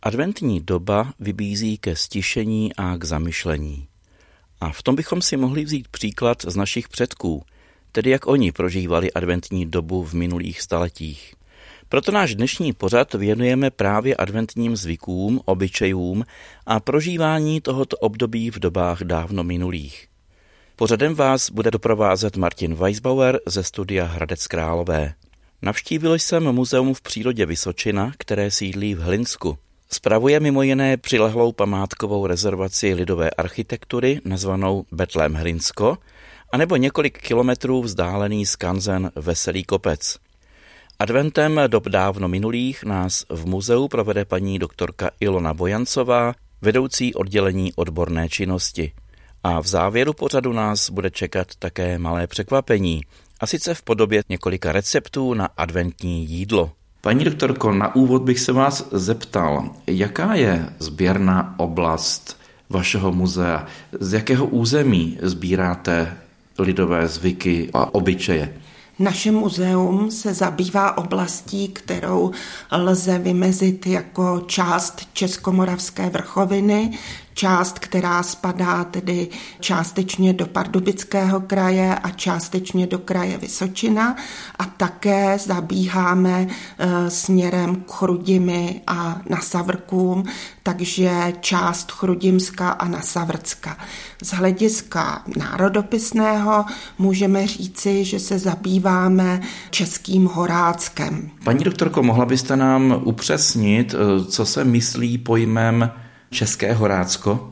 Adventní doba vybízí ke stišení a k zamyšlení. A v tom bychom si mohli vzít příklad z našich předků, tedy jak oni prožívali adventní dobu v minulých staletích. Proto náš dnešní pořad věnujeme právě adventním zvykům, obyčejům a prožívání tohoto období v dobách dávno minulých. Pořadem vás bude doprovázet Martin Weisbauer ze studia Hradec Králové. Navštívil jsem muzeum v přírodě Vysočina, které sídlí v Hlinsku. Spravuje mimo jiné přilehlou památkovou rezervaci lidové architektury nazvanou Betlém Hlinsko, anebo několik kilometrů vzdálený skanzen Veselý kopec. Adventem dob dávno minulých nás v muzeu provede paní doktorka Ilona Bojancová, vedoucí oddělení odborné činnosti. A v závěru pořadu nás bude čekat také malé překvapení, a sice v podobě několika receptů na adventní jídlo. Paní doktorko, na úvod bych se vás zeptal, jaká je sběrná oblast vašeho muzea? Z jakého území sbíráte lidové zvyky a obyčeje? Naše muzeum se zabývá oblastí, kterou lze vymezit jako část Českomoravské vrchoviny, část, která spadá tedy částečně do Pardubického kraje a částečně do kraje Vysočina, a také zabíháme směrem k Chrudimi a Nasavrkům, takže část Chrudimska a Nasavrcka. Z hlediska národopisného můžeme říci, že se zabýváme Českým Horáckem. Paní doktorko, mohla byste nám upřesnit, co se myslí pojmem České Horácko?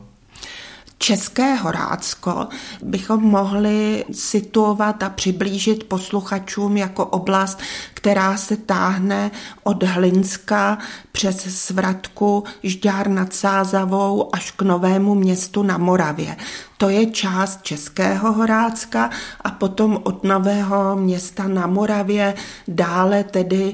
České Horácko bychom mohli situovat a přiblížit posluchačům jako oblast, která se táhne od Hlinska přes Svratku, Žďár nad Sázavou až k Novému Městu na Moravě. To je část Českého Horácka a potom od Nového Města na Moravě dále tedy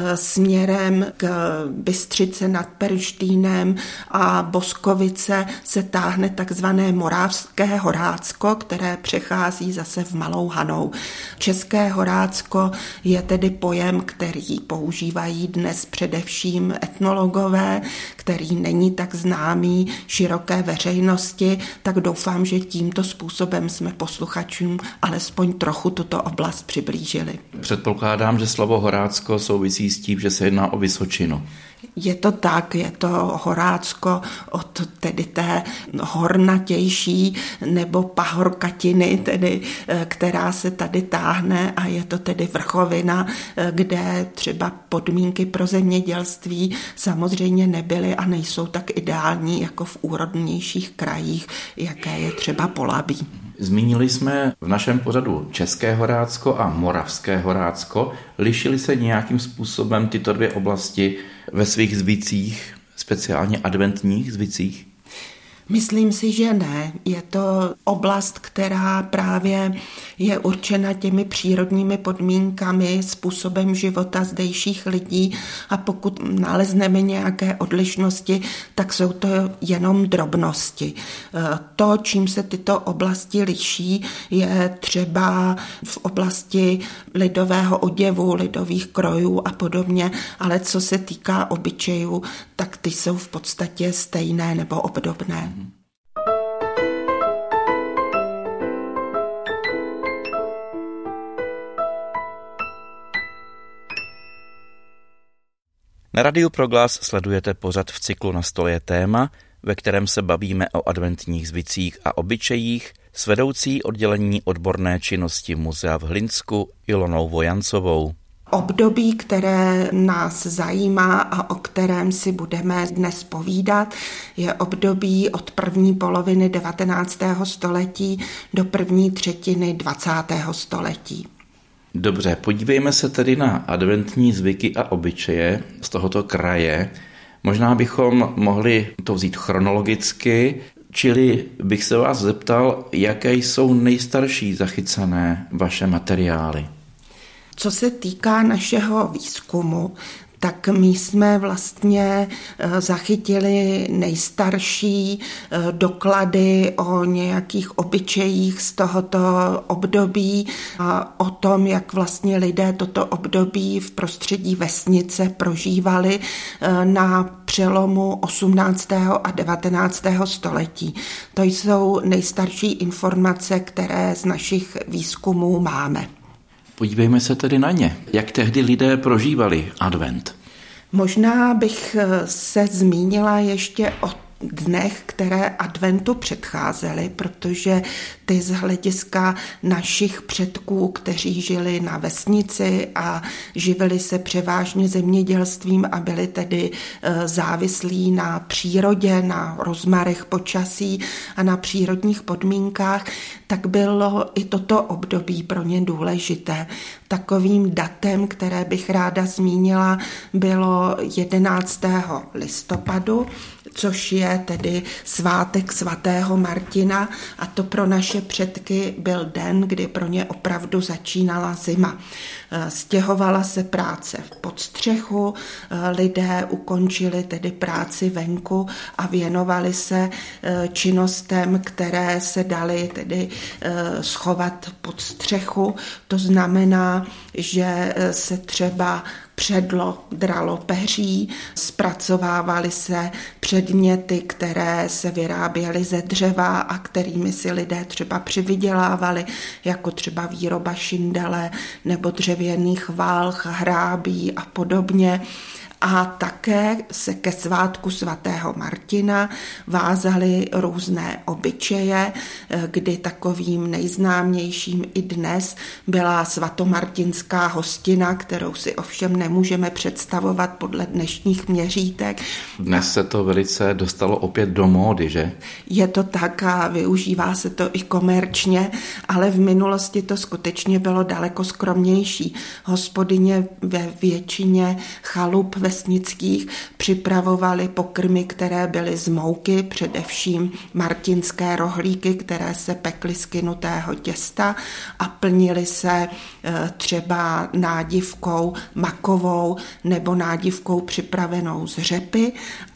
směrem k Bystřice nad Perštýnem a Boskovice se táhne takzvané Moravské Horácko, které přechází zase v Malou Hanou. České Horácko je tedy pojem, který používají dnes především etnologové, který není tak známý široké veřejnosti, tak doufám, že tímto způsobem jsme posluchačům alespoň trochu tuto oblast přiblížili. Předpokládám, že slovo Horácko souvisí s tím, že se jedná o Vysočinu. Je to tak, je to Horácko od tedy té hornatější nebo pahorkatiny, tedy, která se tady táhne, a je to tedy vrchovina, kde třeba podmínky pro zemědělství samozřejmě nebyly a nejsou tak ideální jako v úrodnějších krajích, jaké je třeba Polabí. Zmínili jsme v našem pořadu České Horácko a Moravské Horácko. Lišily se nějakým způsobem tyto dvě oblasti ve svých zvycích, speciálně adventních zvycích? Myslím si, že ne. Je to oblast, která právě je určena těmi přírodními podmínkami, způsobem života zdejších lidí, a pokud nalezneme nějaké odlišnosti, tak jsou to jenom drobnosti. To, čím se tyto oblasti liší, je třeba v oblasti lidového oděvu, lidových krojů a podobně, ale co se týká obyčejů, tak ty jsou v podstatě stejné nebo obdobné. Na Radiu Proglas sledujete pořad v cyklu Na stole je téma, ve kterém se bavíme o adventních zvycích a obyčejích s vedoucí oddělení odborné činnosti muzea v Hlinsku Ilonou Bojancovou. Období, které nás zajímá a o kterém si budeme dnes povídat, je období od první poloviny 19. století do první třetiny 20. století. Dobře, podívejme se tedy na adventní zvyky a obyčeje z tohoto kraje. Možná bychom mohli to vzít chronologicky, čili bych se vás zeptal, jaké jsou nejstarší zachycené vaše materiály. Co se týká našeho výzkumu, tak my jsme vlastně zachytili nejstarší doklady o nějakých obyčejích z tohoto období a o tom, jak vlastně lidé toto období v prostředí vesnice prožívali na přelomu 18. a 19. století. To jsou nejstarší informace, které z našich výzkumů máme. Podívejme se tedy na ně. Jak tehdy lidé prožívali advent? Možná bych se zmínila ještě o dnech, které adventu předcházely, protože ty z hlediska našich předků, kteří žili na vesnici a živili se převážně zemědělstvím a byli tedy závislí na přírodě, na rozmarech počasí a na přírodních podmínkách, tak bylo i toto období pro ně důležité. Takovým datem, které bych ráda zmínila, bylo 11. listopadu, což je tedy svátek svatého Martina a to pro naše předky byl den, kdy pro ně opravdu začínala zima. Stěhovala se práce pod střechu, lidé ukončili tedy práci venku a věnovali se činnostem, které se daly tedy schovat pod střechu. To znamená, že se třeba předlo dralo peří, zpracovávaly se předměty, které se vyráběly ze dřeva a kterými si lidé třeba přivydělávali, jako třeba výroba šindele nebo dřevěných válch, hrábí a podobně. A také se ke svátku svatého Martina vázaly různé obyčeje, kdy takovým nejznámějším i dnes byla svatomartinská hostina, kterou si ovšem nemůžeme představovat podle dnešních měřítek. Dnes se to velice dostalo opět do módy, že? Je to tak a využívá se to i komerčně, ale v minulosti to skutečně bylo daleko skromnější. Hospodyně ve většině chalup vesnických připravovali pokrmy, které byly z mouky, především martinské rohlíky, které se pekly z kynutého těsta a plnily se třeba nádivkou makovou nebo nádivkou připravenou z řepy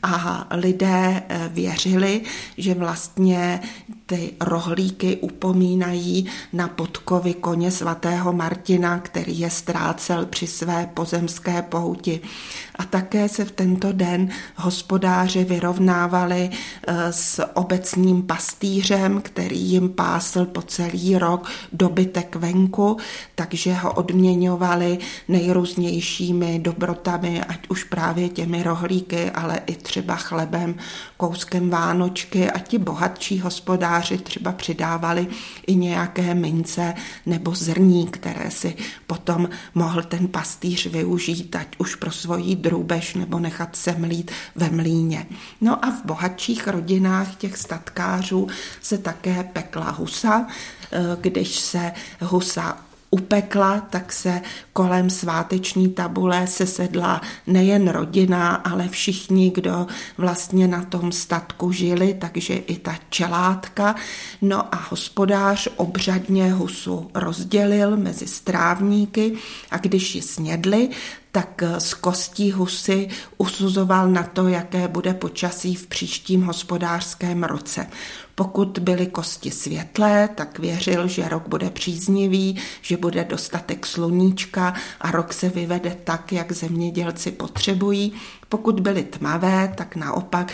a lidé věřili, že vlastně ty rohlíky upomínají na podkovy koně svatého Martina, který je ztrácel při své pozemské pouti. A také se v tento den hospodáři vyrovnávali s obecním pastýřem, který jim pásl po celý rok dobytek venku, takže ho odměňovali nejrůznějšími dobrotami, ať už právě těmi rohlíky, ale i třeba chlebem, kouskem vánočky a ti bohatší hospodáři třeba přidávali i nějaké mince nebo zrní, které si potom mohl ten pastýř využít, ať už pro svoji drůbež nebo nechat semlít ve mlýně. No a v bohatších rodinách těch statkářů se také pekla husa. Když se husa upekla, tak se kolem sváteční tabule sesedla nejen rodina, ale všichni, kdo vlastně na tom statku žili, takže i ta čelátka. No a hospodář obřadně husu rozdělil mezi strávníky a když ji snědli, tak z kostí husy usuzoval na to, jaké bude počasí v příštím hospodářském roce. Pokud byly kosti světlé, tak věřil, že rok bude příznivý, že bude dostatek sluníčka a rok se vyvede tak, jak zemědělci potřebují. Pokud byly tmavé, tak naopak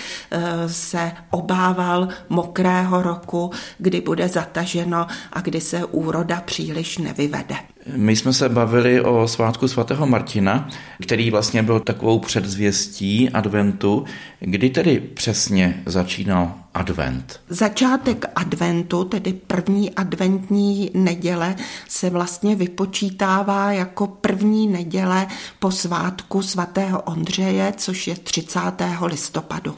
se obával mokrého roku, kdy bude zataženo a kdy se úroda příliš nevyvede. My jsme se bavili o svátku svatého Martina, který vlastně byl takovou předzvěstí adventu. Kdy tedy přesně začínal advent? Začátek adventu, tedy první adventní neděle, se vlastně vypočítává jako první neděle po svátku svatého Ondřeje, což je 30. listopadu.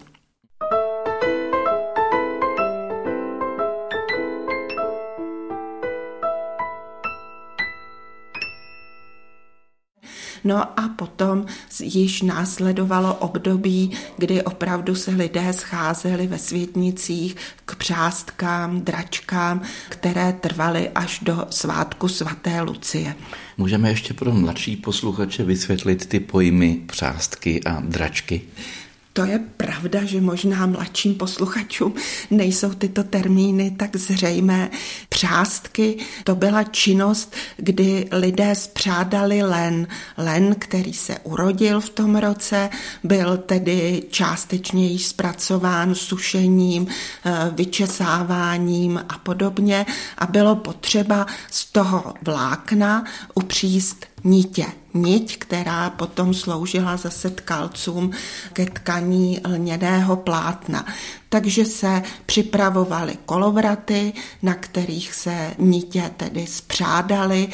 No a potom již následovalo období, kdy opravdu se lidé scházeli ve světnicích k přástkám, dračkám, které trvaly až do svátku svaté Lucie. Můžeme ještě pro mladší posluchače vysvětlit ty pojmy přástky a dračky? To je pravda, že možná mladším posluchačům nejsou tyto termíny tak zřejmé. Přástky, to byla činnost, kdy lidé spřádali len. Len, který se urodil v tom roce, byl tedy částečně již zpracován sušením, vyčesáváním a podobně a bylo potřeba z toho vlákna upříst nitě. Niť, která potom sloužila zase tkalcům ke tkaní lněného plátna. Takže se připravovaly kolovraty, na kterých se nitě tedy spřádaly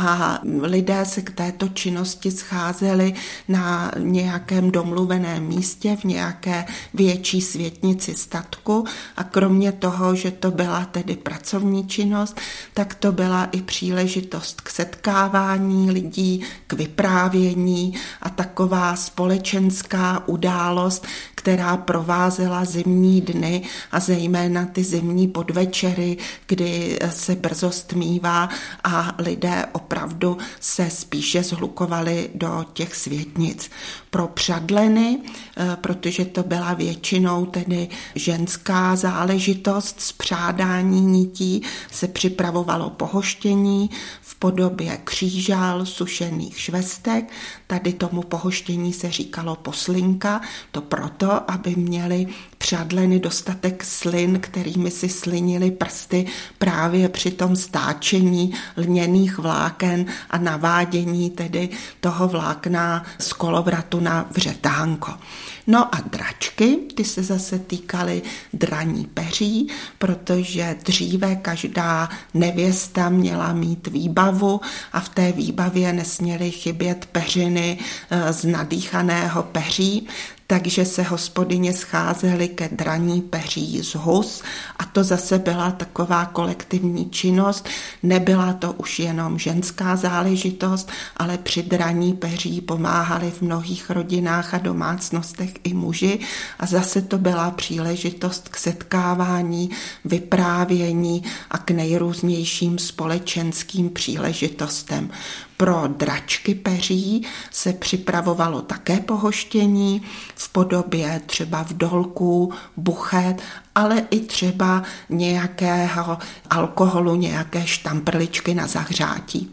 a lidé se k této činnosti scházeli na nějakém domluveném místě, v nějaké větší světnici statku a kromě toho, že to byla tedy pracovní činnost, tak to byla i příležitost k setkávání lidí, k vyprávění a taková společenská událost, která provázela zimní dny a zejména ty zimní podvečery, kdy se brzo stmívá a lidé opravdu se spíše zhlukovali do těch světnic. Pro přadleny, protože to byla většinou tedy ženská záležitost spřádání nití, se připravovalo pohoštění v podobě křížal, sušených švestek. Tady tomu pohoštění se říkalo poslinka, to proto, aby měli přadleny dostatek slin, kterými si slinili prsty právě při tom stáčení lněných vláken a navádění tedy toho vlákna z kolovratu na vřetánko. No a dračky, ty se zase týkaly draní peří, protože dříve každá nevěsta měla mít výbavu a v té výbavě nesměly chybět peřiny z nadýchaného peří, takže se hospodyně scházely ke draní peří z hus a to zase byla taková kolektivní činnost. Nebyla to už jenom ženská záležitost, ale při draní peří pomáhali v mnohých rodinách a domácnostech i muži a zase to byla příležitost k setkávání, vyprávění a k nejrůznějším společenským příležitostem. Pro dračky peří se připravovalo také pohoštění v podobě třeba vdolků, buchet, ale i třeba nějakého alkoholu, nějaké štamprličky na zahřátí.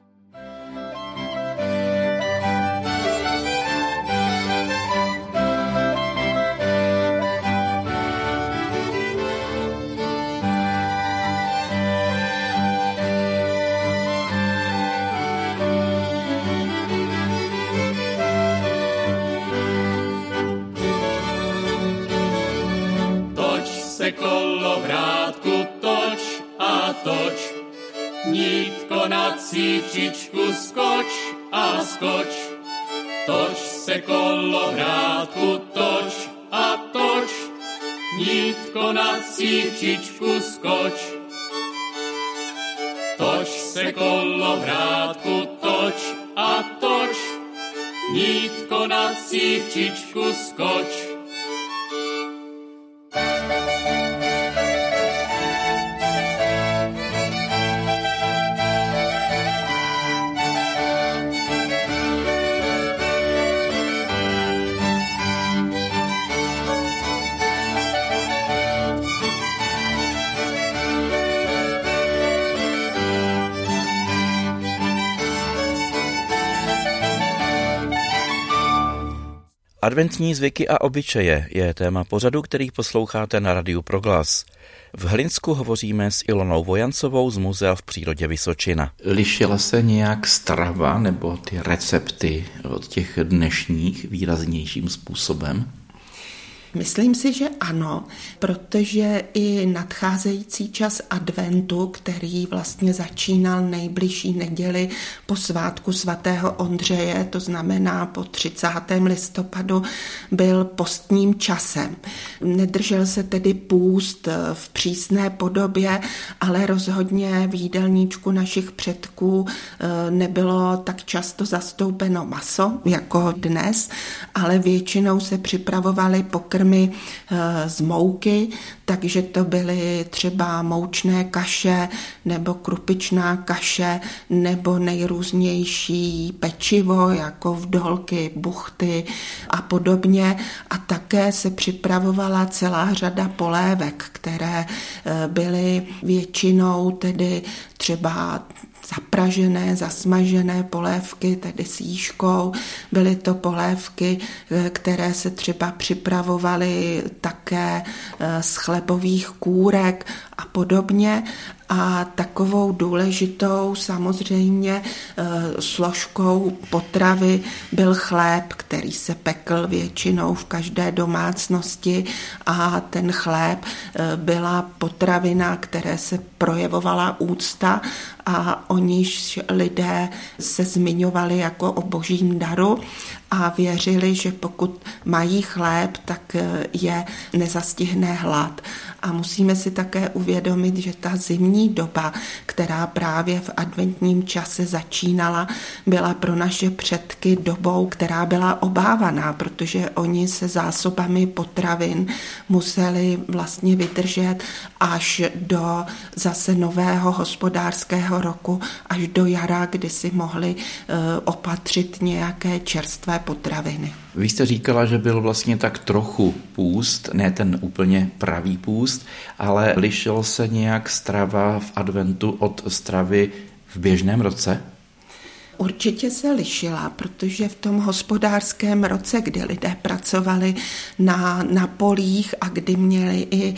Kolovrátku toč a toč, nítko na cívčičku skoč a skoč. Toč se kolovrátku toč a toč, nítko na cívčičku skoč. Toč se kolovrátku toč a toč, nítko na cívčičku skoč. Adventní zvyky a obyčeje je téma pořadu, který posloucháte na Radiu Proglas. V Hlinsku hovoříme s Ilonou Vojancovou z Muzea v přírodě Vysočina. Lišila se nějak strava nebo ty recepty od těch dnešních výraznějším způsobem? Myslím si, že ano, protože i nadcházející čas adventu, který vlastně začínal nejbližší neděli po svátku svatého Ondřeje, to znamená po 30. listopadu, byl postním časem. Nedržel se tedy půst v přísné podobě, ale rozhodně v jídelníčku našich předků nebylo tak často zastoupeno maso jako dnes, ale většinou se připravovaly pokrmy z mouky, takže to byly třeba moučné kaše nebo krupičná kaše nebo nejrůznější pečivo jako vdolky, buchty a podobně. A také se připravovala celá řada polévek, které byly většinou tedy třeba zapražené, zasmažené polévky, tedy s jížkou. Byly to polévky, které se třeba připravovaly také z chlebových kůrek a podobně. A takovou důležitou samozřejmě složkou potravy byl chléb, který se pekl většinou v každé domácnosti a ten chléb byla potravina, které se projevovala úcta a o níž lidé se zmiňovali jako o božím daru a věřili, že pokud mají chléb, tak je nezastihne hlad. A musíme si také uvědomit, že ta zimní doba, která právě v adventním čase začínala, byla pro naše předky dobou, která byla obávaná, protože oni se zásobami potravin museli vlastně vydržet až do zase nového hospodářského roku, až do jara, kdy si mohli opatřit nějaké čerstvé potraviny. Vy jste říkala, že byl vlastně tak trochu půst, ne ten úplně pravý půst, ale lišil se nějak strava v adventu od stravy v běžném roce? Určitě se lišila, protože v tom hospodářském roce, kdy lidé pracovali na polích a kdy měli i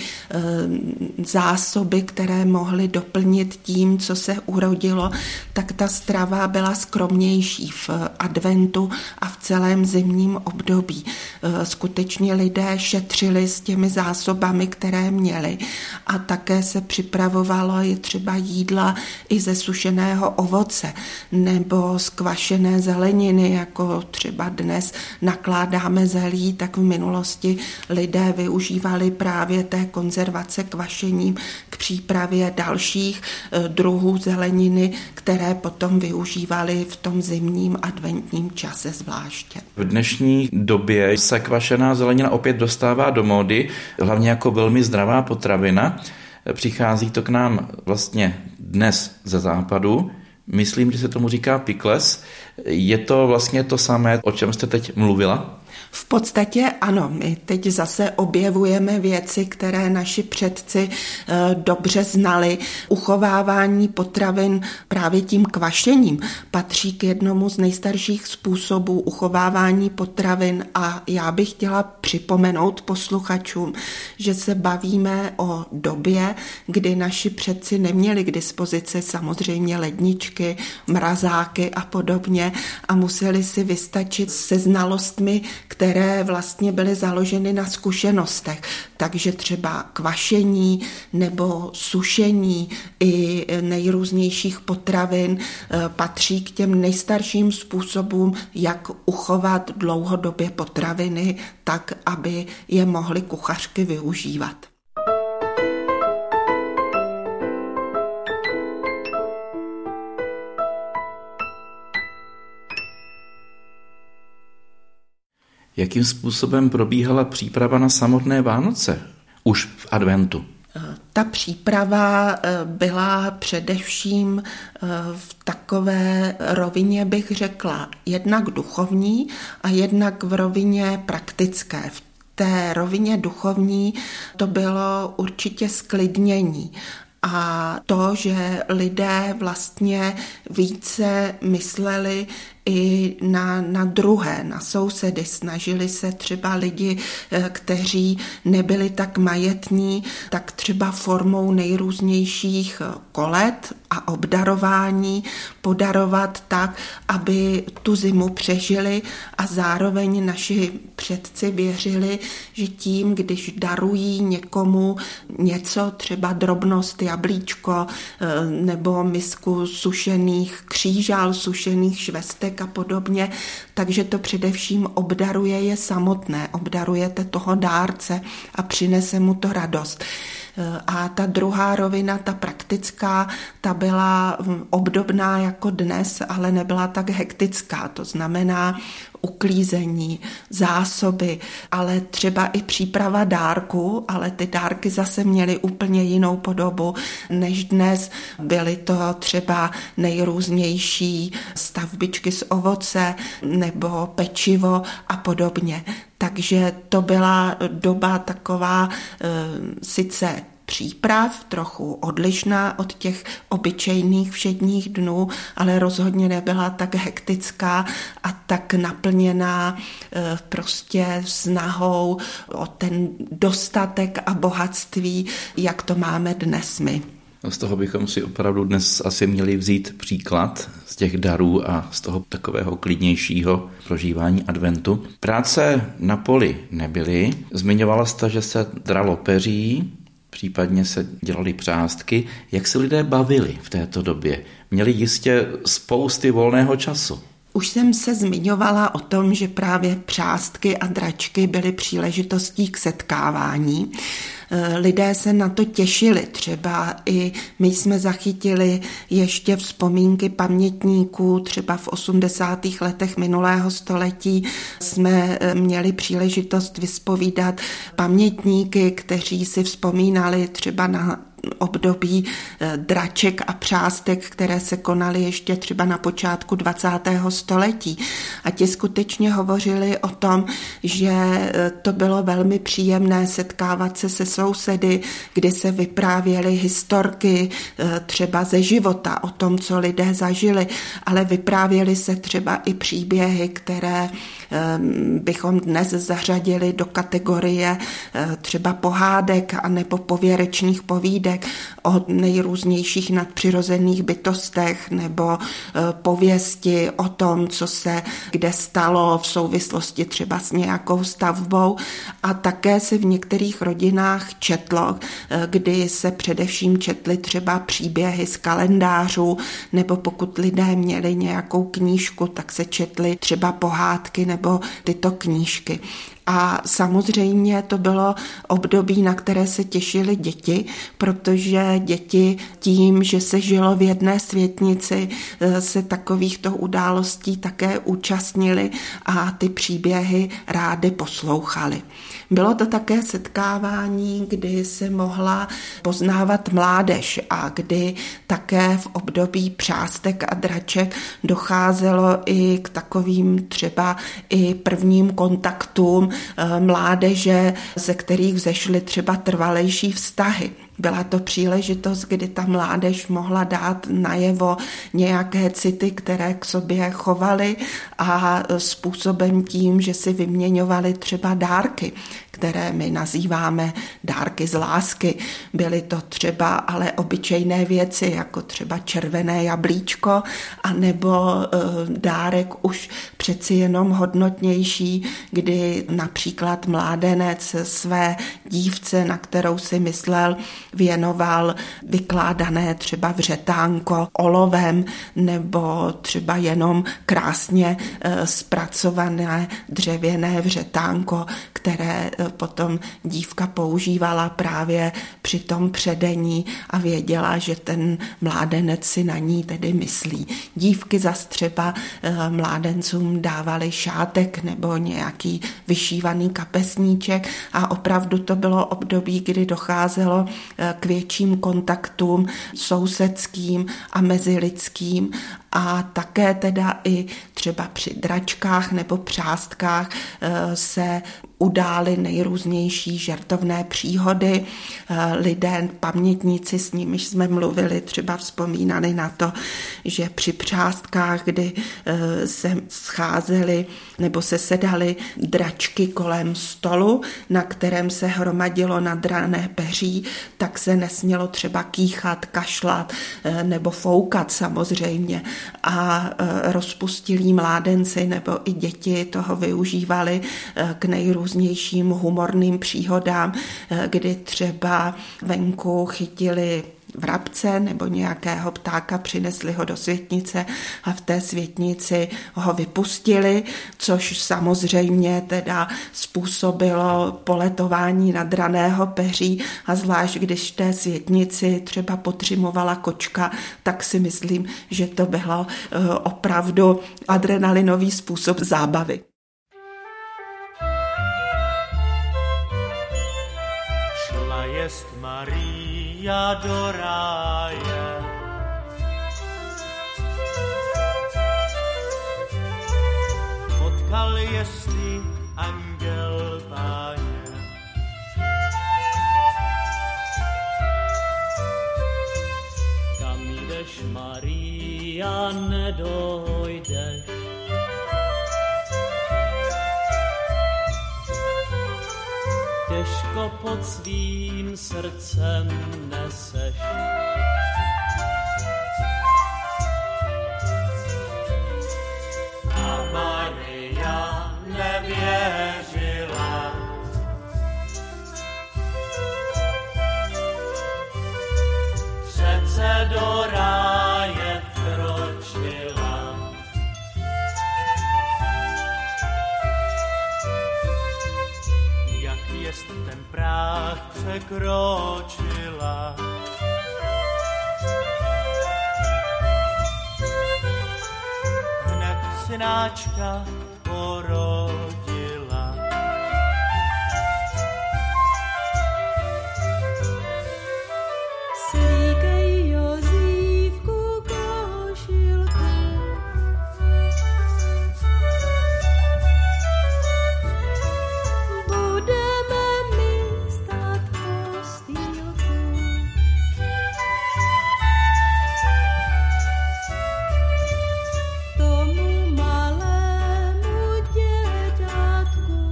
zásoby, které mohli doplnit tím, co se urodilo, tak ta strava byla skromnější v adventu a v celém zimním období. Skutečně lidé šetřili s těmi zásobami, které měli a také se připravovalo i třeba jídla i ze sušeného ovoce nebo z kvašené zeleniny, jako třeba dnes nakládáme zelí, tak v minulosti lidé využívali právě té konzervace kvašením k přípravě dalších druhů zeleniny, které potom využívali v tom zimním adventním čase zvláště. V dnešní době se kvašená zelenina opět dostává do módy, hlavně jako velmi zdravá potravina. Přichází to k nám vlastně dnes ze západu. Myslím, že se tomu říká pickles. Je to vlastně to samé, o čem jste teď mluvila? V podstatě ano, my teď zase objevujeme věci, které naši předci dobře znali. Uchovávání potravin právě tím kvašením patří k jednomu z nejstarších způsobů uchovávání potravin a já bych chtěla připomenout posluchačům, že se bavíme o době, kdy naši předci neměli k dispozici samozřejmě ledničky, mrazáky a podobně a museli si vystačit se znalostmi, které vlastně byly založeny na zkušenostech. Takže třeba kvašení nebo sušení i nejrůznějších potravin patří k těm nejstarším způsobům, jak uchovat dlouhodobě potraviny tak, aby je mohly kuchařky využívat. Jakým způsobem probíhala příprava na samotné Vánoce už v adventu? Ta příprava byla především v takové rovině, bych řekla, jednak duchovní a jednak v rovině praktické. V té rovině duchovní to bylo určitě sklidnění. A to, že lidé vlastně více mysleli i na druhé, na sousedy. Snažili se třeba lidi, kteří nebyli tak majetní, tak třeba formou nejrůznějších kolet a obdarování podarovat tak, aby tu zimu přežili a zároveň naši předci věřili, že tím, když darují někomu něco, třeba drobnost, jablíčko nebo misku sušených křížal, sušených švestek a podobně, takže to především obdaruje je samotné, obdarujete toho dárce a přinese mu to radost. A ta druhá rovina, ta praktická, ta byla obdobná jako dnes, ale nebyla tak hektická. To znamená uklízení, zásoby, ale třeba i příprava dárku, ale ty dárky zase měly úplně jinou podobu než dnes. Byly to třeba nejrůznější stavbičky z ovoce nebo pečivo a podobně. Takže to byla doba taková sice příprav, trochu odlišná od těch obyčejných všedních dnů, ale rozhodně nebyla tak hektická a tak naplněná prostě snahou o ten dostatek a bohatství, jak to máme dnes my. Z toho bychom si opravdu dnes asi měli vzít příklad z těch darů a z toho takového klidnějšího prožívání adventu. Práce na poli nebyly. Zmiňovala jste, že se dralo peří, případně se dělaly přástky. Jak se lidé bavili v této době? Měli jistě spousty volného času. Už jsem se zmiňovala o tom, že právě přástky a dračky byly příležitostí k setkávání. Lidé se na to těšili, třeba i my jsme zachytili ještě vzpomínky pamětníků, třeba v 80. letech minulého století jsme měli příležitost vyspovídat pamětníky, kteří si vzpomínali třeba na období draček a přástek, které se konaly ještě třeba na počátku 20. století. A ti skutečně hovořili o tom, že to bylo velmi příjemné setkávat se se sousedy, kdy se vyprávěly historky třeba ze života o tom, co lidé zažili, ale vyprávěly se třeba i příběhy, které bychom dnes zařadili do kategorie třeba pohádek anebo pověrečných povídek o nejrůznějších nadpřirozených bytostech nebo pověsti o tom, co se kde stalo v souvislosti třeba s nějakou stavbou. A také se v některých rodinách četlo, kdy se především četly třeba příběhy z kalendářů, nebo pokud lidé měli nějakou knížku, tak se četly třeba pohádky nebo tyto knížky. A samozřejmě to bylo období, na které se těšily děti, protože děti tím, že se žilo v jedné světnici, se takovýchto událostí také účastnili a ty příběhy rády poslouchali. Bylo to také setkávání, kdy se mohla poznávat mládež a kdy také v období přástek a draček docházelo i k takovým třeba i prvním kontaktům mládeže, ze kterých vzešly třeba trvalejší vztahy. Byla to příležitost, kdy ta mládež mohla dát najevo nějaké city, které k sobě chovaly a způsobem tím, že si vyměňovali třeba dárky, které my nazýváme dárky z lásky. Byly to třeba ale obyčejné věci, jako třeba červené jablíčko, anebo dárek už přeci jenom hodnotnější, kdy například mládenec své dívce, na kterou si myslel, věnoval vykládané třeba vřetánko olovem nebo třeba jenom krásně zpracované dřevěné vřetánko, které potom dívka používala právě při tom předení a věděla, že ten mládenec si na ní tedy myslí. Dívky zas třeba mládencům dávaly šátek nebo nějaký vyšívaný kapesníček a opravdu to bylo období, kdy docházelo k větším kontaktům sousedským a mezilidským a také teda i třeba při dračkách nebo přástkách se udály nejrůznější žertovné příhody. Lidé, pamětníci, s nimiž jsme mluvili, třeba vzpomínali na to, že při přástkách, kdy se scházely nebo se sedaly dračky kolem stolu, na kterém se hromadilo nadrané peří, tak se nesmělo třeba kýchat, kašlat nebo foukat samozřejmě. A rozpustilí mládenci nebo i děti toho využívali k nejrůznějším humorným příhodám, kdy třeba venku chytili vrabce nebo nějakého ptáka, přinesli ho do světnice a v té světnici ho vypustili, což samozřejmě teda způsobilo poletování nadraného peří a zvlášť když v té světnici třeba potřimovala kočka, tak si myslím, že to bylo opravdu adrenalinový způsob zábavy. Šla jest Maria do ráje, potkal jestli anděl Páně. Kam jdeš, Maria, nedojdeš. Těžko pod svým srdcem neseš. A Maria nevěřila, přece do ráje vkročila. Jak jest ten práh překročila, hned synáčka porodila. Slíkej Jozívku košilku, budeme my stát postýlku. Tomu malému děďátku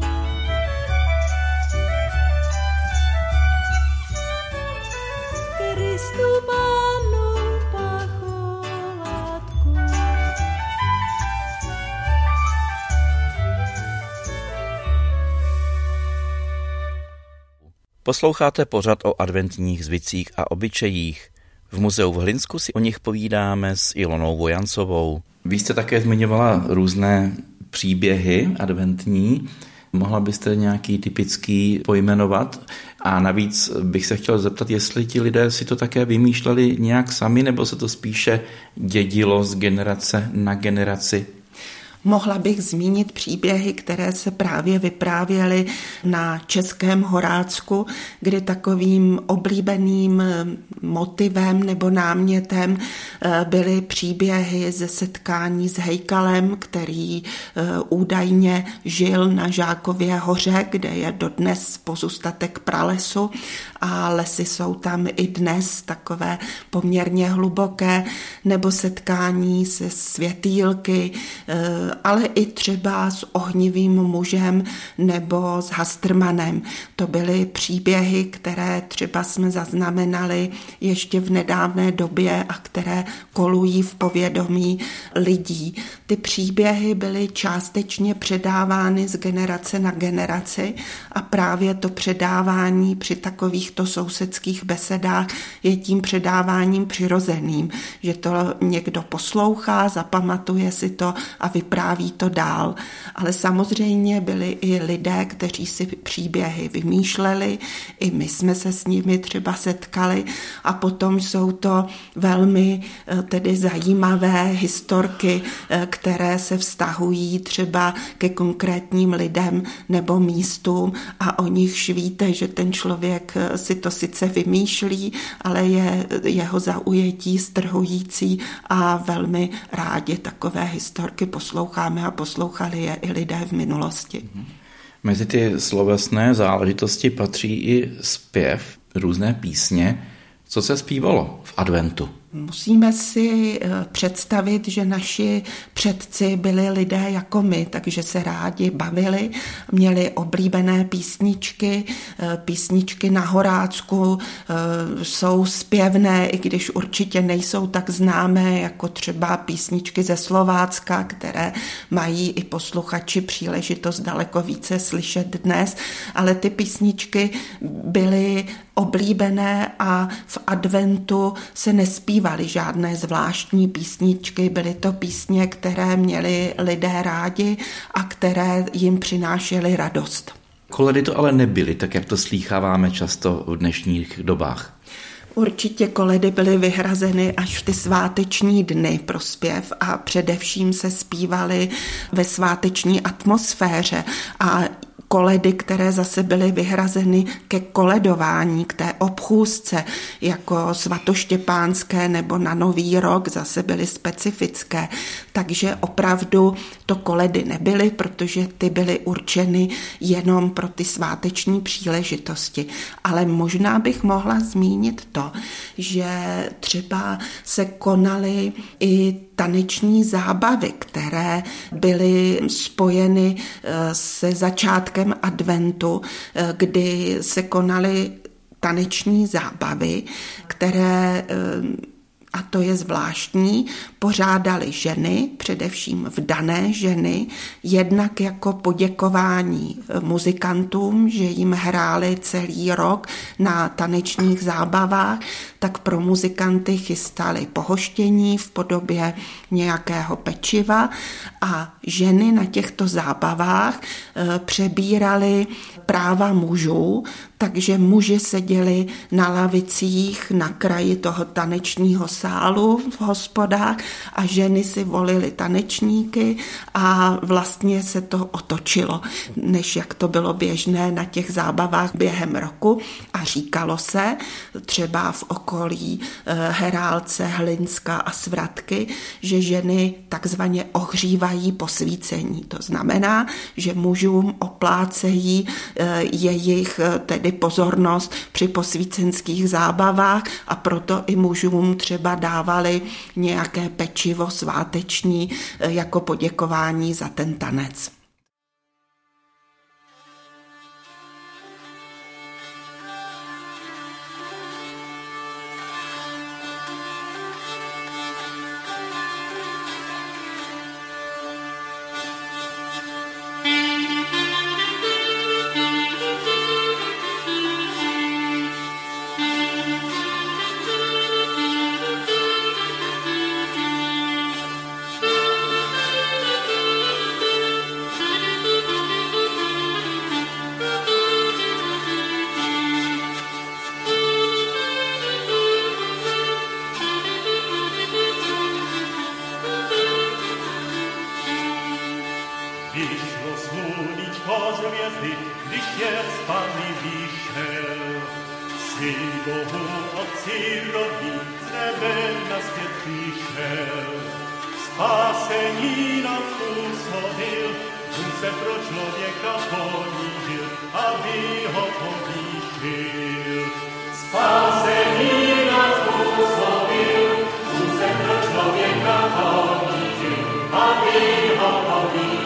Kristu Pánu pacholátku. Posloucháte pořad o adventních zvicích a obyčejích. V muzeu v Hlinsku si o nich povídáme s Ilonou Vojancovou. Vy jste také zmiňovala různé příběhy adventní. Mohla byste nějaký typický pojmenovat? A navíc bych se chtěl zeptat, jestli ti lidé si to také vymýšleli nějak sami, nebo se to spíše dědilo z generace na generaci? Mohla bych zmínit příběhy, které se právě vyprávěly na Českém Horácku, kdy takovým oblíbeným motivem nebo námětem byly příběhy ze setkání s hejkalem, který údajně žil na Žákově hoře, kde je dodnes pozůstatek pralesu a lesy jsou tam i dnes takové poměrně hluboké, nebo setkání se světýlky, ale i třeba s ohnivým mužem nebo s Hastrmanem. To byly příběhy, které třeba jsme zaznamenali ještě v nedávné době a které kolují v povědomí lidí. Ty příběhy byly částečně předávány z generace na generaci a právě to předávání při takovýchto sousedských besedách je tím předáváním přirozeným, že to někdo poslouchá, zapamatuje si to a vypráví to dál. Ale samozřejmě byli i lidé, kteří si příběhy vymýšleli, i my jsme se s nimi třeba setkali a potom jsou to velmi tedy zajímavé historky, které se vztahují třeba ke konkrétním lidem nebo místům a o nich víte, že ten člověk si to sice vymýšlí, ale je jeho zaujetí strhující a velmi rádi takové historky posloucháme a poslouchali je i lidé v minulosti. Mezi ty slovesné záležitosti patří i zpěv, různé písně. Co se zpívalo v adventu? Musíme si představit, že naši předci byli lidé jako my, takže se rádi bavili, měli oblíbené písničky na Horácku, jsou zpěvné, i když určitě nejsou tak známé jako třeba písničky ze Slovácka, které mají i posluchači příležitost daleko více slyšet dnes, ale ty písničky byly oblíbené a v adventu se nespívaly žádné zvláštní písničky, byly to písně, které měli lidé rádi a které jim přinášely radost. Koledy to ale nebyly, tak jak to slýcháváme často v dnešních dobách. Určitě koledy byly vyhrazeny až v ty sváteční dny pro zpěv a především se zpívaly ve sváteční atmosféře a koledy, které zase byly vyhrazeny ke koledování, k té obchůzce, jako svatoštěpánské nebo na Nový rok, zase byly specifické. Takže opravdu to koledy nebyly, protože ty byly určeny jenom pro ty sváteční příležitosti. Ale možná bych mohla zmínit to, že třeba se konaly i taneční zábavy, které byly spojeny se začátkem adventu, kdy se konaly taneční zábavy, které, a to je zvláštní, pořádali ženy, především vdané ženy, jednak jako poděkování muzikantům, že jim hráli celý rok na tanečních zábavách, tak pro muzikanty chystali pohoštění v podobě nějakého pečiva a ženy na těchto zábavách přebíraly práva mužů, takže muži seděli na lavicích na kraji toho tanečního sálu v hospodách a ženy si volily tanečníky a vlastně se to otočilo, než jak to bylo běžné na těch zábavách během roku a říkalo se třeba v okolí Herálce, Hlinska a Svratky, že ženy takzvaně ohřívají posvícení. To znamená, že mužům oplácejí jejich tedy pozornost při posvícenských zábavách a proto i mužům třeba dávali nějaké pečivo sváteční jako poděkování za ten tanec. Vyšlo sluníčko z hvězdy, když je z Panny vyšel. Syn Bohu Otci rodný, z nebe na svět přišel. Spásení nám způsobil, Bůh se pro člověka ponížil, aby ho povýšil. Spásení nám způsobil, Bůh se pro člověka ponížil, aby ho povýšil.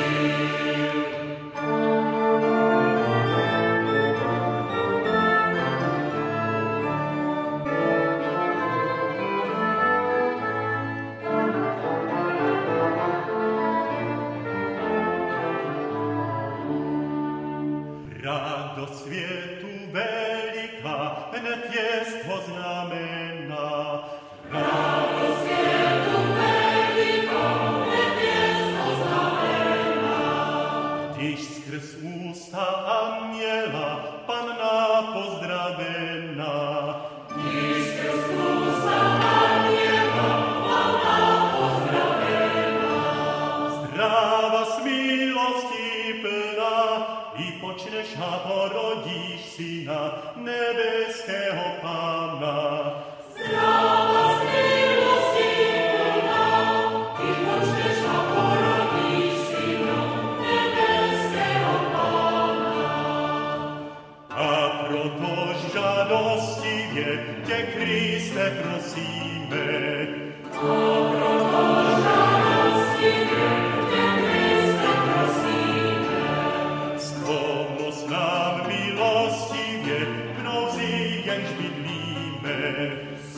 Radost světu veliká, hned jest oznámena. Radost světu veliká, hned jest oznámena. Když skrz ústa anděla Panna pozdravena. Když skrz ústa anděla Panna pozdravena. Zdráva s milostí plná, i počneš a porodíš syna nebeského Pána. Zdráva s milostí plná, i počneš a porodíš syna nebeského Pána. proto žádostivě tě, Kriste, prosíme. Pomoz nám milostivě, v nouzi jenž bydlíme.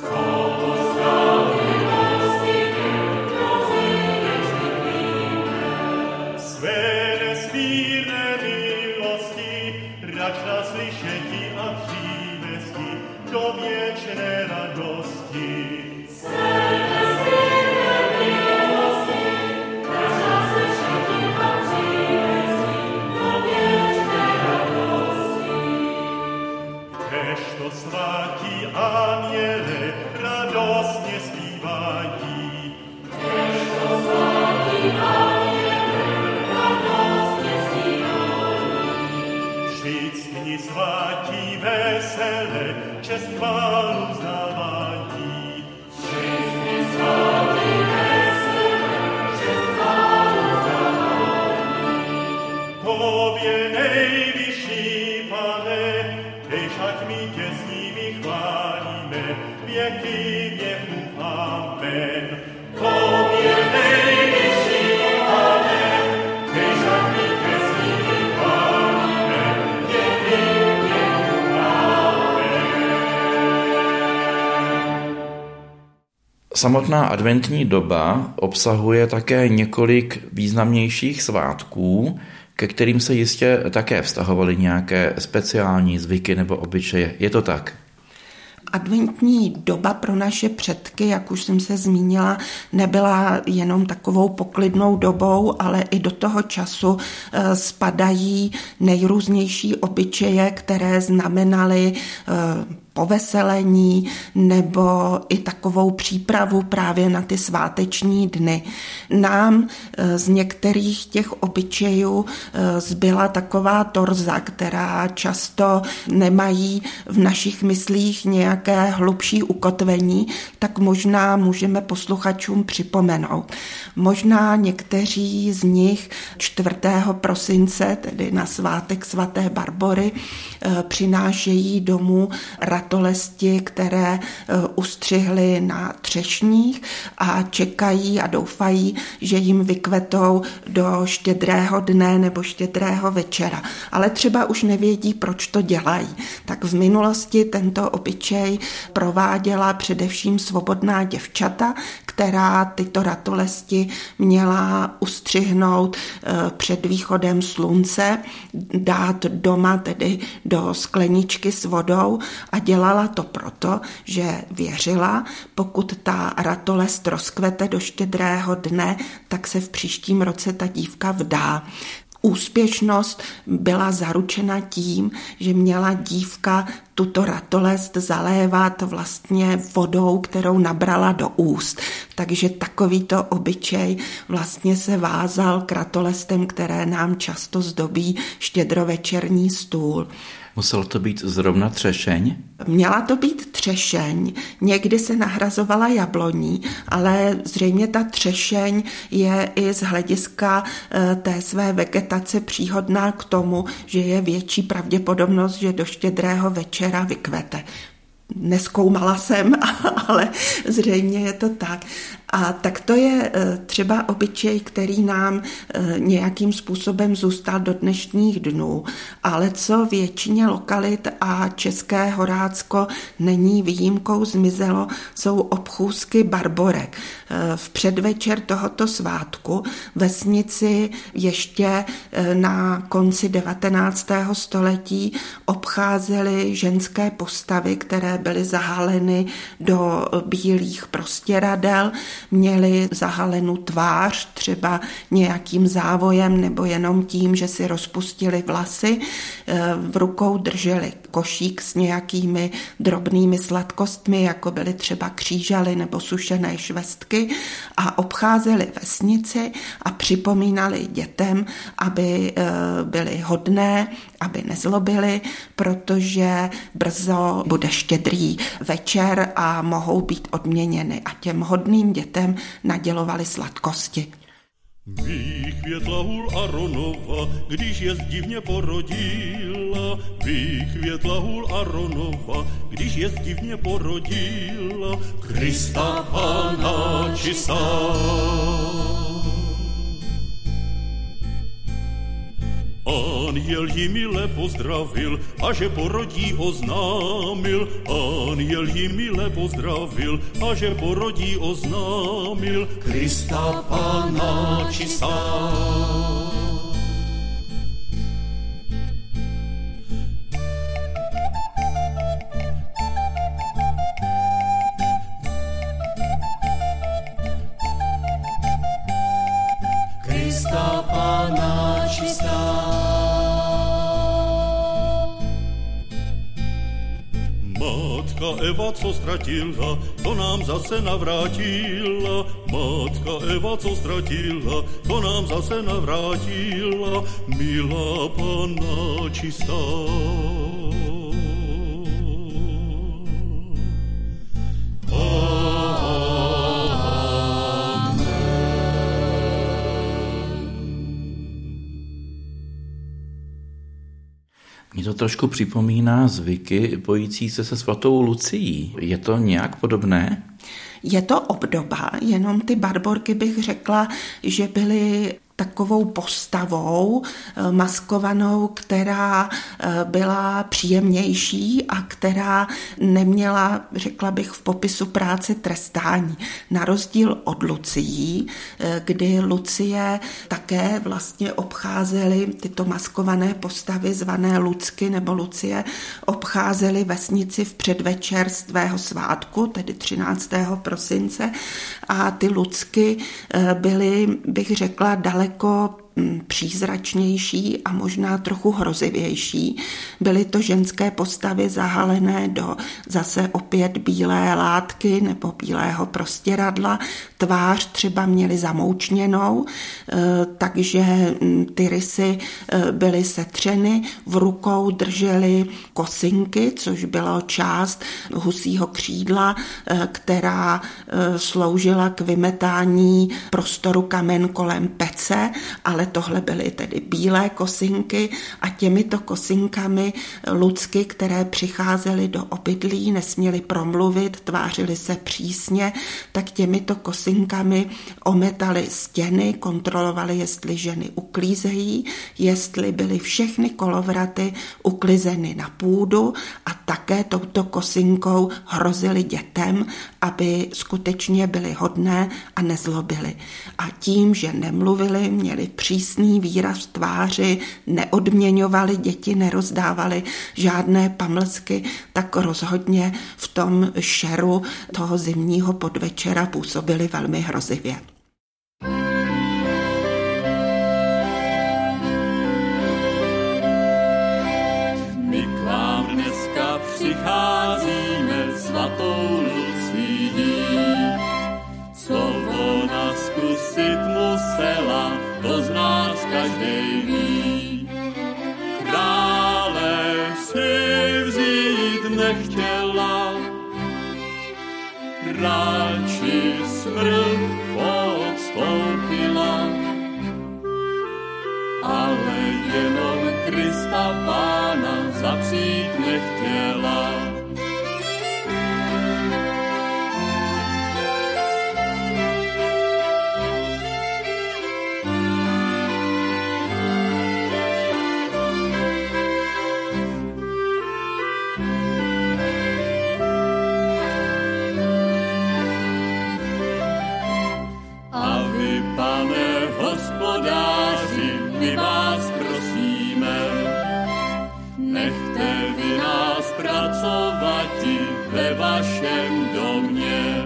Své nesmírné milosti, rač na slyšetí a přívesti do věčné radosti. Kežto svatí anděle radostně zpívají. Všichni svatí vesele čest chválu vzdávají. Tobě nejvyšší, Pane, dejš, ať my tě s nimi chválíme, věky věků. Amen. Tobě nejvyšší, Pane, dejš, ať my tě s nimi chválíme, věky věků. Amen. Samotná adventní doba obsahuje také několik významnějších svátků, ke kterým se jistě také vztahovaly nějaké speciální zvyky nebo obyčeje. Je to tak? Adventní doba pro naše předky, jak už jsem se zmínila, nebyla jenom takovou poklidnou dobou, ale i do toho času spadají nejrůznější obyčeje, které znamenaly poveselení nebo i takovou přípravu právě na ty sváteční dny. Nám z některých těch obyčejů zbyla taková torza, která často nemají v našich myslích nějaké hlubší ukotvení, tak možná můžeme posluchačům připomenout. Možná někteří z nich 4. prosince, tedy na svátek svaté Barbory, přinášejí domů ratolesti, které ustřihly na třešních a čekají a doufají, že jim vykvetou do štědrého dne nebo štědrého večera. Ale třeba už nevědí, proč to dělají. Tak v minulosti tento obyčej prováděla především svobodná děvčata, která tyto ratolesti měla ustřihnout před východem slunce, dát doma tedy do skleničky s vodou a dělala to proto, že věřila, pokud ta ratolest rozkvete do štědrého dne, tak se v příštím roce ta dívka vdá. Úspěšnost byla zaručena tím, že měla dívka tuto ratolest zalévat vlastně vodou, kterou nabrala do úst. Takže takovýto obyčej vlastně se vázal k ratolestem, které nám často zdobí štědrovečerní stůl. Muselo to být zrovna třešeň? Měla to být třešeň, někdy se nahrazovala jabloní, ale zřejmě ta třešeň je i z hlediska té své vegetace příhodná k tomu, že je větší pravděpodobnost, že do štědrého večera vykvete. Nezkoumala jsem, ale zřejmě je to tak. A tak to je třeba obyčej, který nám nějakým způsobem zůstal do dnešních dnů, ale co většině lokalit a České Horácko není výjimkou zmizelo, jsou obchůzky barborek. V předvečer tohoto svátku vesnici ještě na konci 19. století obcházely ženské postavy, které byly zahaleny do bílých prostěradel, měli zahalenu tvář třeba nějakým závojem nebo jenom tím, že si rozpustili vlasy. V rukou drželi košík s nějakými drobnými sladkostmi, jako byly třeba křížaly nebo sušené švestky a obcházeli vesnici a připomínali dětem, aby byly hodné, aby nezlobili, protože brzo bude štědrý večer a mohou být odměněny a těm hodným dětem nadělovali sladkosti. Vychvětla hůl Aronova, když jest divně porodila. Vychvětla hůl Aronova, když jest divně porodila. Krista Pana čistá. Anjel jí mile pozdravil, a že porodí oznámil. Anjel jí mile pozdravil, a že porodí oznámil. Krista Pana čistá. Krista Pana čistá. Matka Eva, co ztratila, to nám zase navrátila. Matka Eva, co ztratila, to nám zase navrátila. Milá Panna čistá. Mně to trošku připomíná zvyky pojící se svatou Lucií. Je to nějak podobné? Je to obdoba, jenom ty barborky bych řekla, že byly takovou postavou maskovanou, která byla příjemnější a která neměla, řekla bych, v popisu práce trestání. Na rozdíl od Lucií, kdy Lucie také vlastně obcházely tyto maskované postavy zvané Lucky nebo Lucie, obcházely vesnici v předvečer svého svátku, tedy 13. prosince, a ty Lucky byly, bych řekla, daleko přízračnější a možná trochu hrozivější. Byly to ženské postavy zahalené do zase opět bílé látky nebo bílého prostěradla. Tvář třeba měly zamoučněnou, takže ty rysy byly setřeny. V rukou držely kosinky, což bylo část husího křídla, která sloužila k vymetání prostoru kamen kolem pece, ale tohle byly tedy bílé kosinky a těmito kosinkami Lucky, které přicházely do obydlí, nesměly promluvit, tvářily se přísně, tak těmito kosinkami ometaly stěny, kontrolovali, jestli ženy uklízejí, jestli byly všechny kolovraty uklizeny na půdu a také touto kosinkou hrozili dětem, aby skutečně byly hodné a nezlobily. A tím, že nemluvili, měli přísný výraz tváři, neodměňovali děti, nerozdávali žádné pamlsky, tak rozhodně v tom šeru toho zimního podvečera působili velmi hrozivě. My k vám dneska přicházíme svatou Lucií, co ona zkusit musela, to z nás každej ví. Krále si vzít nechtěla, radši smrt podstoupila, ale jenom Krista Pána zapřít nechtěla. Hospodáři, my vás prosíme, nechte vy nás pracovati ve vašem domě.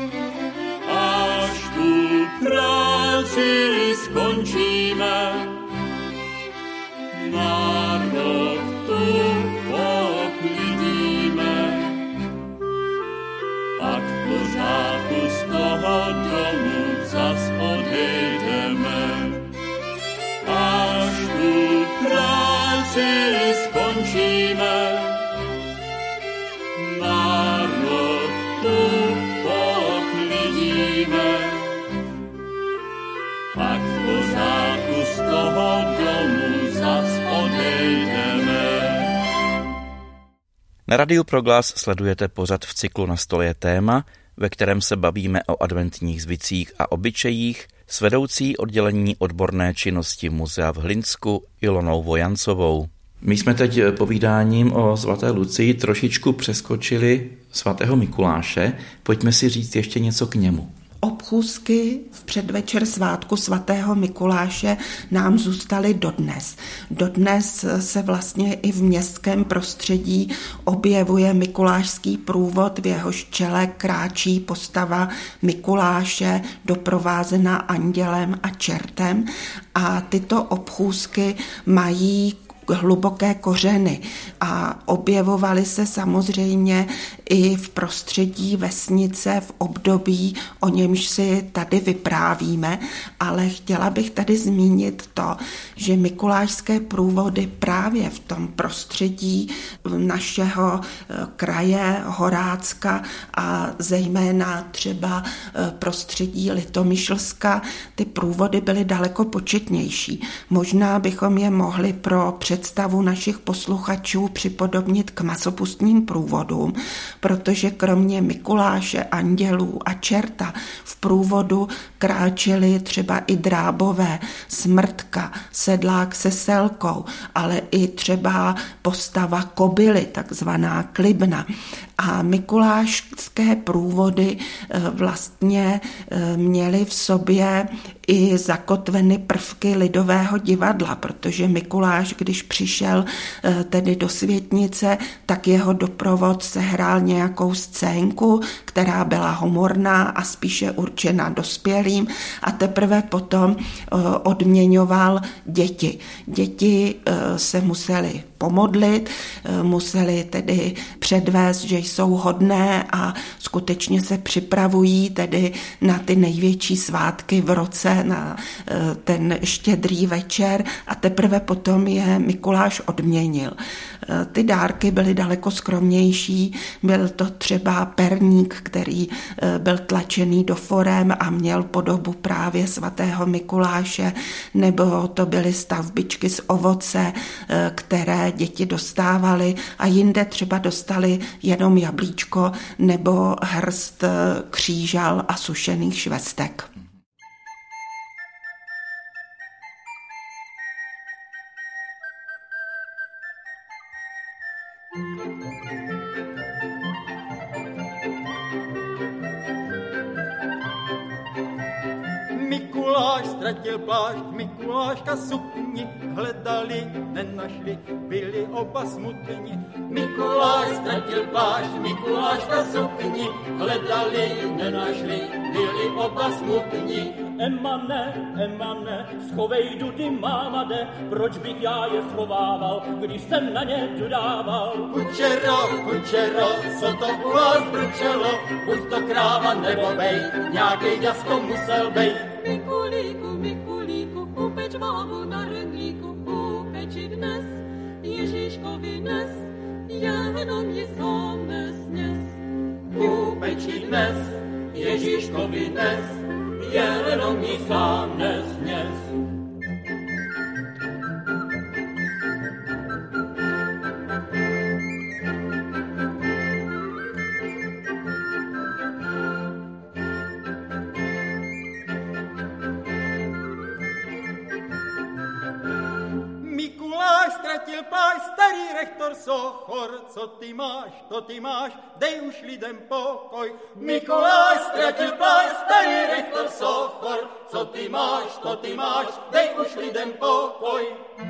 Až tu práci skončíme, národ tu poklidíme, pak v pořádku z toho domu zas odejdeme. Až tu práci skončíme, národ tu poklidíme, pak v Na Radiu Proglas sledujete pořad v cyklu Na stole je téma, ve kterém se bavíme o adventních zvicích a obyčejích s vedoucí oddělení odborné činnosti muzea v Hlinsku Ilonou Vojancovou. My jsme teď povídáním o svaté Lucii trošičku přeskočili svatého Mikuláše. Pojďme si říct ještě něco k němu. Obchůzky v předvečer svátku svatého Mikuláše nám zůstaly dodnes. Dodnes se vlastně i v městském prostředí objevuje mikulášský průvod, v jehož čele kráčí postava Mikuláše doprovázená andělem a čertem, a tyto obchůzky mají hluboké kořeny a objevovaly se samozřejmě i v prostředí vesnice v období, o němž si tady vyprávíme, ale chtěla bych tady zmínit to, že mikulášské průvody právě v tom prostředí našeho kraje Horácka a zejména třeba prostředí Litomyšlska, ty průvody byly daleko početnější. Možná bychom je mohli pro představu našich posluchačů připodobnit k masopustním průvodům, protože kromě Mikuláše, andělů a čerta v průvodu kráčeli třeba i drábové, smrtka, sedlák se selkou, ale i třeba postava kobily, takzvaná klibna. A mikulášské průvody vlastně měly v sobě i zakotveny prvky lidového divadla, protože Mikuláš, když přišel tedy do světnice, tak jeho doprovod sehrál nějakou scénku, která byla humorná a spíše určena dospělým, a teprve potom odměňoval děti. Děti se museli pomodlit, museli tedy předvést, že jsou hodné a skutečně se připravují tedy na ty největší svátky v roce, na ten štědrý večer, a teprve potom je Mikuláš odměnil. Ty dárky byly daleko skromnější, byl to třeba perník, který byl tlačený do forem a měl podobu právě svatého Mikuláše, nebo to byly stavbičky z ovoce, které děti dostávaly, a jinde třeba dostali jenom jablíčko nebo hrst křížal a sušených švestek. Mikuláš ztratil plášť, Mikuláška sukni, hledali, nenašli, byli oba smutni. Mikuláš ztratil plášť, Mikuláška sukni, hledali, nenašli, byli oba smutni. Emane, schovej dudy, máma jde, proč bych já je schovával, když jsem na ně dodával. Kučero, co to u vás bručelo, buď to kráva nebo bej, nějakej ďasko musel bej. Mikulíku, upeč mámu na rynlíku, upeči dnes, Ježíškovi dnes, jenom ji sám nesnes. Upeči dnes, Ježíškovi dnes, jenom ji sám nesnes. Ztratil plášť, starý rektor Sochor, co ty máš, to ty máš, dej už lidem pokoj. Mikuláš ztratil plášť, starý rektor Sochor, co ty máš, to ty máš, dej už lidem pokoj.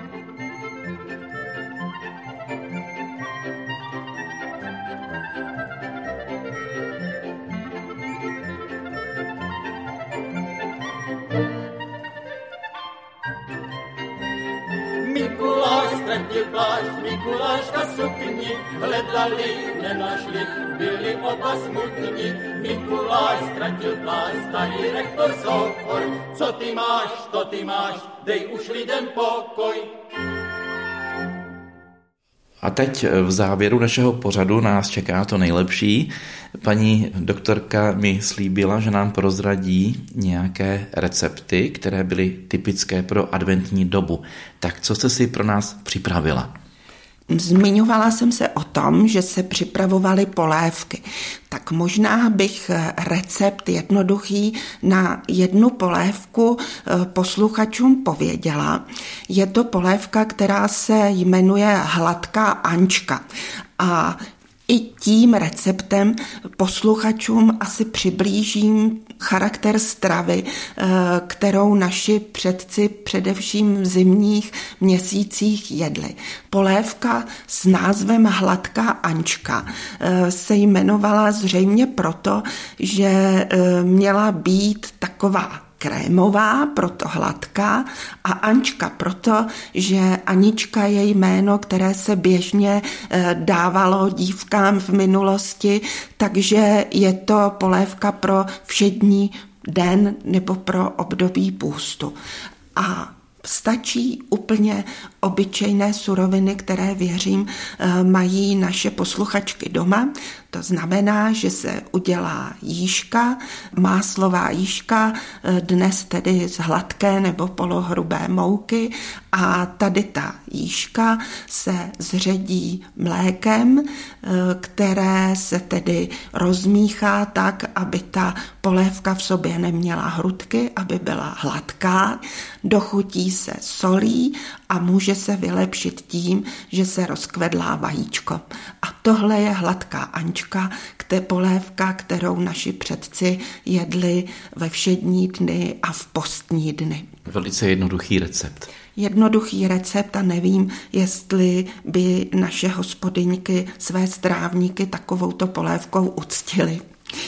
Mikuláš ztratil plášť, Mikuláška sukni, hledali, nenašli, byli oba smutni. Mikuláš ztratil plášť, starý rektor Sochor, co ty máš, to ty máš, dej už lidem pokoj. A teď v závěru našeho pořadu nás čeká to nejlepší. Paní doktorka mi slíbila, že nám prozradí nějaké recepty, které byly typické pro adventní dobu. Tak co jste si pro nás připravila? Zmiňovala jsem se o tom, že se připravovaly polévky. Tak možná bych recept jednoduchý na jednu polévku posluchačům pověděla. Je to polévka, která se jmenuje Hladká Ančka. A i tím receptem posluchačům asi přiblížím charakter stravy, kterou naši předci především v zimních měsících jedli. Polévka s názvem Hladká Ančka se jmenovala zřejmě proto, že měla být taková krémová, proto hladká, a Ančka proto, že Anička je jméno, které se běžně dávalo dívkám v minulosti, takže je to polévka pro všední den nebo pro období půstu. A stačí úplně obyčejné suroviny, které věřím mají naše posluchačky doma. To znamená, že se udělá jížka, máslová jížka, dnes tedy z hladké nebo polohrubé mouky, a tady ta jížka se zředí mlékem, které se tedy rozmíchá tak, aby ta polévka v sobě neměla hrudky, aby byla hladká, dochutí se solí a může se vylepšit tím, že se rozkvedlá vajíčko. A tohle je Hladká Ančka, polévka, kterou naši předci jedli ve všední dny a v postní dny. Velice jednoduchý recept. Jednoduchý recept a nevím, jestli by naše hospodyňky své strávníky takovouto polévkou uctily.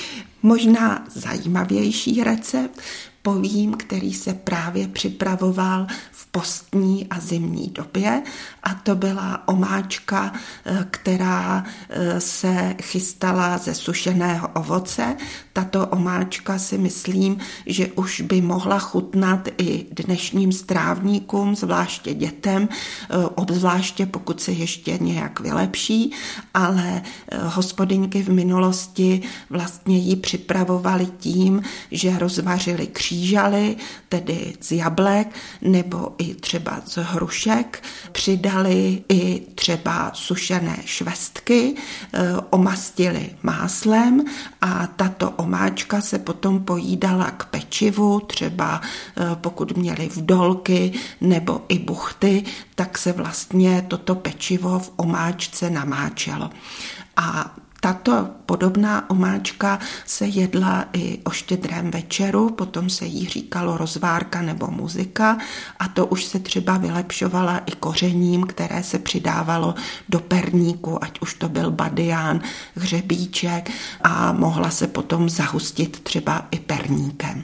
Možná zajímavější recept povím, který se právě připravoval v postní a zimní době, a to byla omáčka, která se chystala ze sušeného ovoce. Tato omáčka si myslím, že už by mohla chutnat i dnešním strávníkům, zvláště dětem, obzvláště pokud se ještě nějak vylepší, ale hospodyňky v minulosti vlastně ji připravovali tím, že rozvařili křížaly, tedy z jablek, nebo i třeba z hrušek, přidali i třeba sušené švestky, omastili máslem a tato omáčka se potom pojídala k pečivu, třeba pokud měli vdolky nebo i buchty, tak se vlastně toto pečivo v omáčce namáčelo. A tato podobná omáčka se jedla i o Štědrém večeru, potom se jí říkalo rozvárka nebo muzika, a to už se třeba vylepšovala i kořením, které se přidávalo do perníku, ať už to byl badián, hřebíček, a mohla se potom zahustit třeba i perníkem.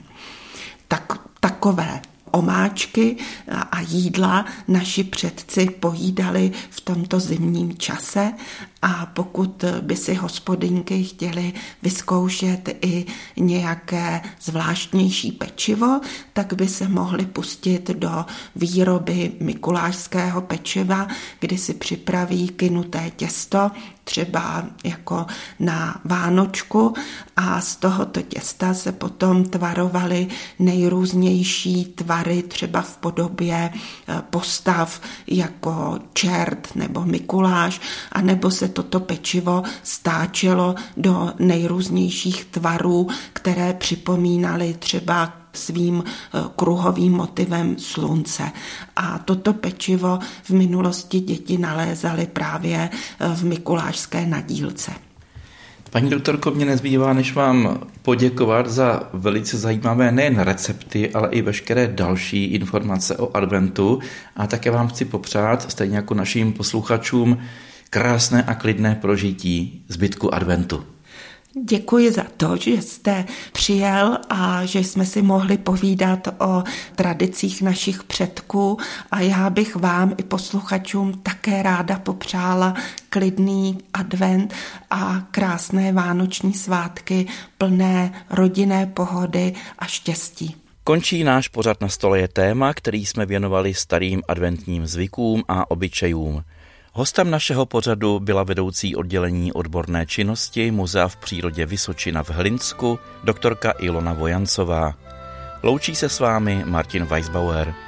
Takové omáčky a jídla naši předci pojídali v tomto zimním čase, a pokud by si hospodyňky chtěli vyzkoušet i nějaké zvláštnější pečivo, tak by se mohli pustit do výroby mikulášského pečiva, kdy si připraví kynuté těsto, třeba jako na Vánočku, a z tohoto těsta se potom tvarovaly nejrůznější tvary, třeba v podobě postav jako čert nebo Mikuláš, anebo se toto pečivo stáčelo do nejrůznějších tvarů, které připomínaly třeba svým kruhovým motivem slunce. A toto pečivo v minulosti děti nalézaly právě v mikulášské nadílce. Paní doktorko, mě nezbývá, než vám poděkovat za velice zajímavé nejen recepty, ale i veškeré další informace o adventu, a také vám chci popřát, stejně jako našim posluchačům, krásné a klidné prožití zbytku adventu. Děkuji za to, že jste přijel a že jsme si mohli povídat o tradicích našich předků, a já bych vám i posluchačům také ráda popřála klidný advent a krásné vánoční svátky plné rodinné pohody a štěstí. Končí náš pořad Na stole je téma, který jsme věnovali starým adventním zvykům a obyčejům. Hostem našeho pořadu byla vedoucí oddělení odborné činnosti Muzea v přírodě Vysočina v Hlinsku, doktorka Ilona Vojancová. Loučí se s vámi Martin Weisbauer.